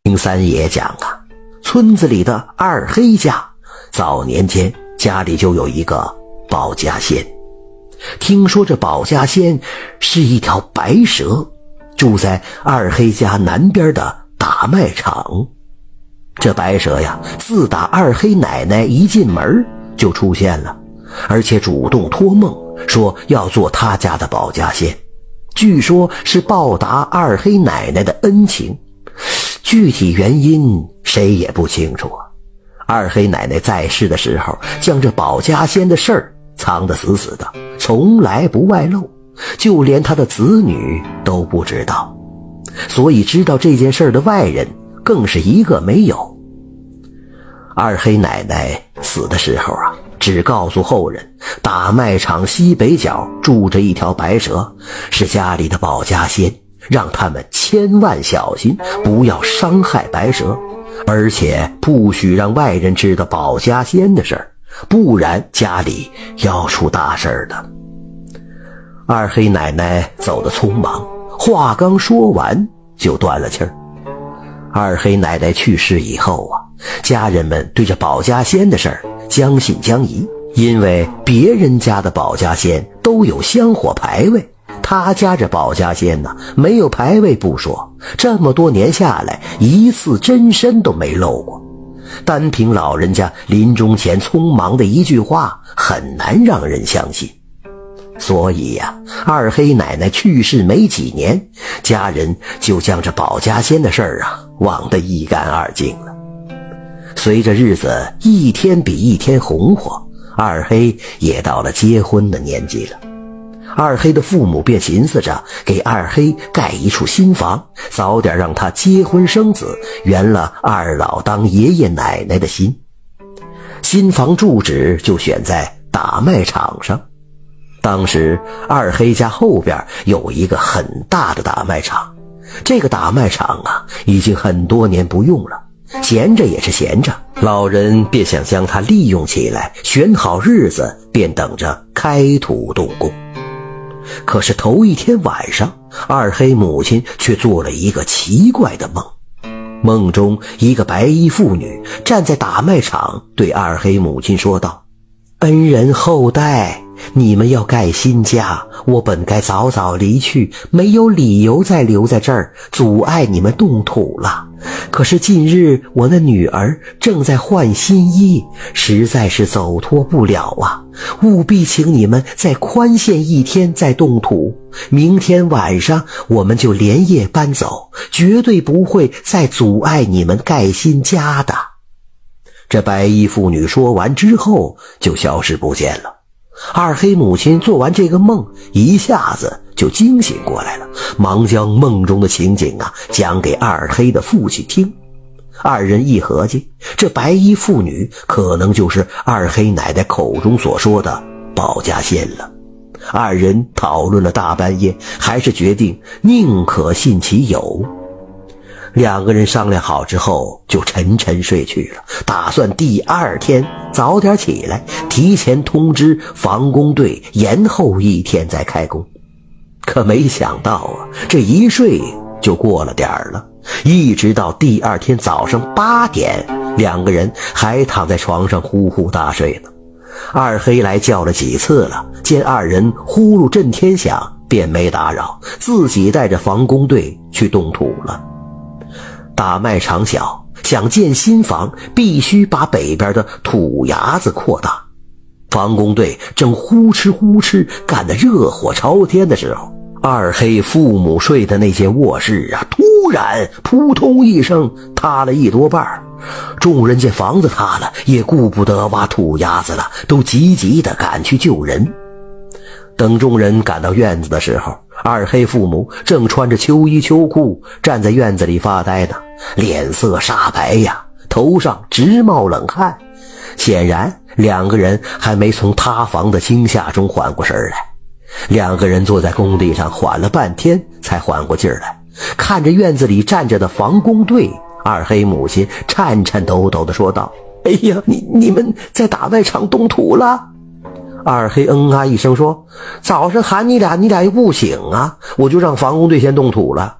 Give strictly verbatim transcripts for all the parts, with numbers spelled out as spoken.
听三爷讲啊，村子里的二黑家早年间家里就有一个保家仙。听说这保家仙是一条白蛇，住在二黑家南边的打麦场。这白蛇呀，自打二黑奶奶一进门就出现了，而且主动托梦说要做他家的保家仙，据说是报答二黑奶奶的恩情。具体原因谁也不清楚啊。二黑奶奶在世的时候，将这保家仙的事儿藏得死死的，从来不外露，就连她的子女都不知道，所以知道这件事的外人更是一个没有。二黑奶奶死的时候啊，只告诉后人，打麦场西北角住着一条白蛇，是家里的保家仙，让他们千万小心，不要伤害白蛇，而且不许让外人知道保家仙的事儿，不然家里要出大事儿的。二黑奶奶走得匆忙，话刚说完就断了气儿。二黑奶奶去世以后啊，家人们对这保家仙的事儿将信将疑，因为别人家的保家仙都有香火牌位，他家这保家仙呢，没有牌位不说，这么多年下来一次真身都没露过。单凭老人家临终前匆忙的一句话，很难让人相信。所以呀、啊，二黑奶奶去世没几年，家人就将这保家仙的事儿啊忘得一干二净了。随着日子一天比一天红火，二黑也到了结婚的年纪了。二黑的父母便寻思着给二黑盖一处新房，早点让他结婚生子，圆了二老当爷爷奶奶的心。新房住址就选在打麦场上。当时二黑家后边有一个很大的打麦场，这个打麦场啊已经很多年不用了，闲着也是闲着，老人便想将它利用起来，选好日子便等着开土动工。可是头一天晚上，二黑母亲却做了一个奇怪的梦。梦中一个白衣妇女站在打麦场，对二黑母亲说道：恩人后代，你们要盖新家，我本该早早离去，没有理由再留在这儿阻碍你们动土了。可是近日我的女儿正在换新衣，实在是走脱不了啊，务必请你们再宽限一天再动土，明天晚上我们就连夜搬走，绝对不会再阻碍你们盖新家的。这白衣妇女说完之后就消失不见了。二黑母亲做完这个梦，一下子就惊醒过来了，忙将梦中的情景啊讲给二黑的父亲听。二人一合计，这白衣妇女可能就是二黑奶奶口中所说的保家仙了。二人讨论了大半夜，还是决定宁可信其有。两个人商量好之后就沉沉睡去了，打算第二天早点起来，提前通知防工队延后一天再开工。可没想到啊，这一睡就过了点儿了，一直到第二天早上八点，两个人还躺在床上呼呼大睡呢。二黑来叫了几次了，见二人呼噜震天响，便没打扰，自己带着防工队去动土了。打麦场小，想建新房必须把北边的土崖子扩大。防工队正呼哧呼哧干得热火朝天的时候，二黑父母睡的那间卧室啊，突然扑通一声塌了一多半。众人见房子塌了，也顾不得挖土崖子了，都急急地赶去救人。等众人赶到院子的时候，二黑父母正穿着秋衣秋裤站在院子里发呆呢，脸色煞白呀，头上直冒冷汗。显然两个人还没从塌房的惊吓中缓过神来。两个人坐在工地上缓了半天才缓过劲儿来，看着院子里站着的防工队，二黑母亲颤颤抖抖地说道：哎呀，你你们在打麦场动土了？二黑嗯啊一声说：早上喊你俩，你俩又不醒啊，我就让防工队先动土了。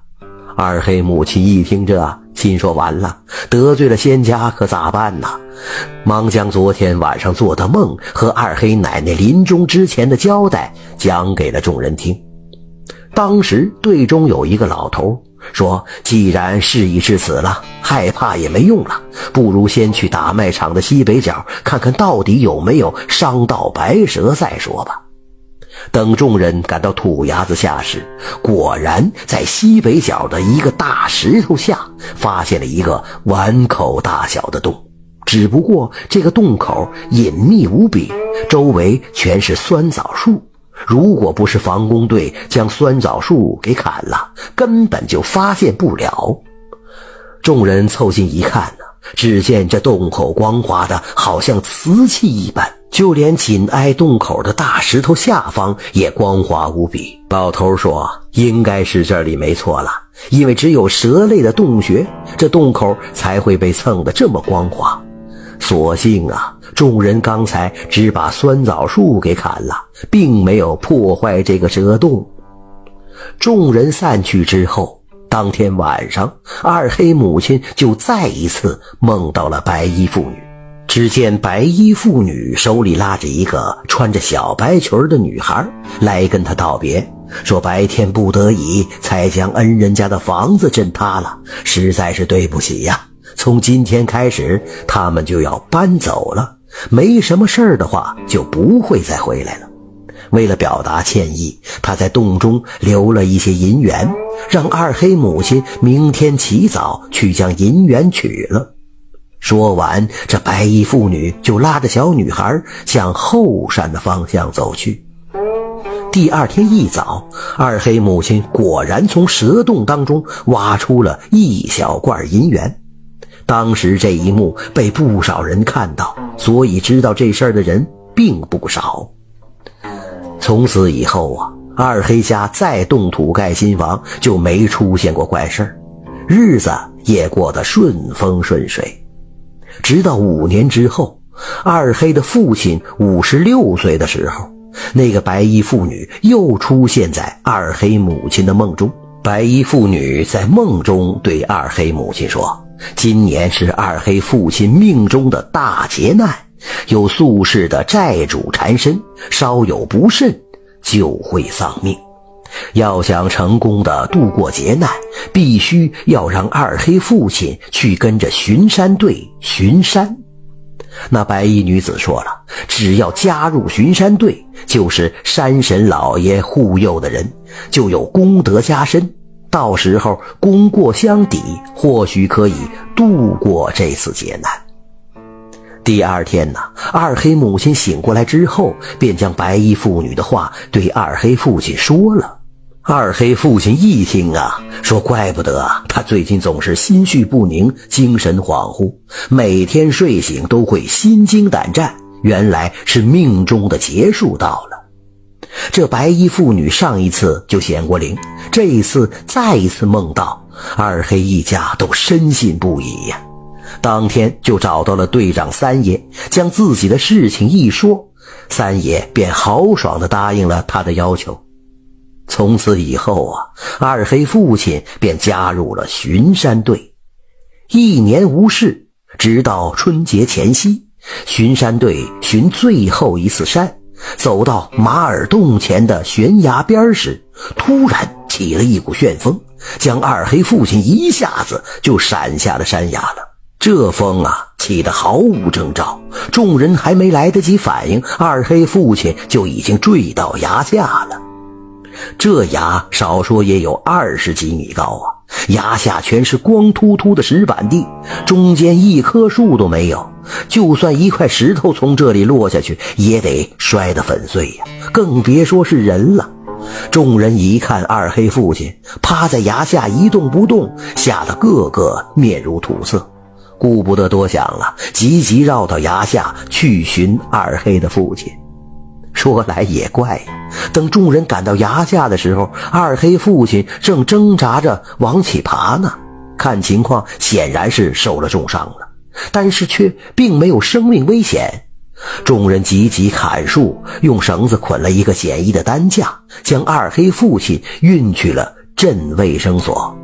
二黑母亲一听这，心说完了，得罪了仙家可咋办呢？忙将昨天晚上做的梦和二黑奶奶临终之前的交代讲给了众人听。当时队中有一个老头说，既然事已至此了，害怕也没用了，不如先去打麦场的西北角看看到底有没有伤到白蛇再说吧。等众人赶到土崖子下时，果然在西北角的一个大石头下发现了一个碗口大小的洞，只不过这个洞口隐秘无比，周围全是酸枣树，如果不是防工队将酸枣树给砍了，根本就发现不了。众人凑近一看呢，只见这洞口光滑的好像瓷器一般，就连紧挨洞口的大石头下方也光滑无比。老头说，应该是这里没错了，因为只有蛇类的洞穴，这洞口才会被蹭得这么光滑。所幸啊，众人刚才只把酸枣树给砍了，并没有破坏这个蛇洞。众人散去之后，当天晚上，二黑母亲就再一次梦到了白衣妇女。只见白衣妇女手里拉着一个穿着小白裙的女孩来跟她道别，说白天不得已才将恩人家的房子震塌了，实在是对不起呀，从今天开始他们就要搬走了，没什么事儿的话就不会再回来了。为了表达歉意，他在洞中留了一些银元，让二黑母亲明天起早去将银元取了。说完，这白衣妇女就拉着小女孩向后山的方向走去。第二天一早，二黑母亲果然从蛇洞当中挖出了一小罐银元。当时这一幕被不少人看到，所以知道这事儿的人并不少。从此以后啊，二黑家再动土盖新房就没出现过怪事儿，日子也过得顺风顺水。直到五年之后，二黑的父亲五十六岁的时候，那个白衣妇女又出现在二黑母亲的梦中。白衣妇女在梦中对二黑母亲说，今年是二黑父亲命中的大劫难，有宿世的债主缠身，稍有不慎就会丧命。要想成功的度过劫难，必须要让二黑父亲去跟着巡山队巡山。那白衣女子说了，只要加入巡山队，就是山神老爷护佑的人，就有功德加身，到时候功过相抵，或许可以度过这次劫难。第二天呢，二黑母亲醒过来之后，便将白衣妇女的话对二黑父亲说了。二黑父亲一听啊，说怪不得他最近总是心绪不宁，精神恍惚，每天睡醒都会心惊胆战，原来是命中的劫数到了。这白衣妇女上一次就显过灵，这一次再一次梦到，二黑一家都深信不疑呀。当天就找到了队长三爷，将自己的事情一说，三爷便豪爽地答应了他的要求。从此以后啊，二黑父亲便加入了巡山队。一年无事，直到春节前夕，巡山队巡最后一次山，走到马耳洞前的悬崖边时，突然起了一股旋风，将二黑父亲一下子就闪下了山崖了。这风啊，起得毫无征兆，众人还没来得及反应，二黑父亲就已经坠到崖下了。这崖少说也有二十几米高啊，崖下全是光秃秃的石板地，中间一棵树都没有，就算一块石头从这里落下去，也得摔得粉碎呀，更别说是人了。众人一看二黑父亲趴在崖下一动不动，吓得个个面如土色，顾不得多想了，急急绕到崖下去寻二黑的父亲。说来也怪，等众人赶到崖下的时候，二黑父亲正挣扎着往起爬呢，看情况显然是受了重伤了，但是却并没有生命危险。众人急急砍树，用绳子捆了一个简易的担架，将二黑父亲运去了镇卫生所。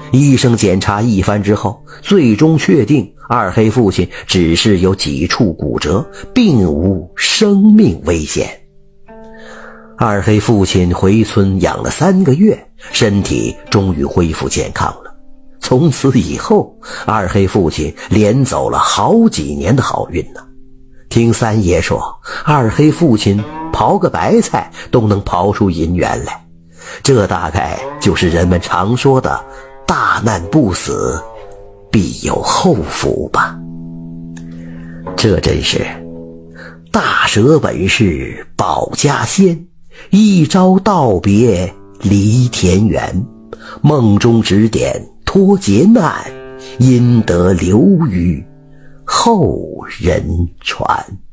医生检查一番之后，最终确定二黑父亲只是有几处骨折，并无生命危险。二黑父亲回村养了三个月，身体终于恢复健康了。从此以后，二黑父亲连走了好几年的好运呢。听三爷说，二黑父亲刨个白菜都能刨出银元来，这大概就是人们常说的大难不死，必有后福吧。这真是大舍本是保家仙，一朝道别离田园，梦中指点脱劫难，因得留于后人传。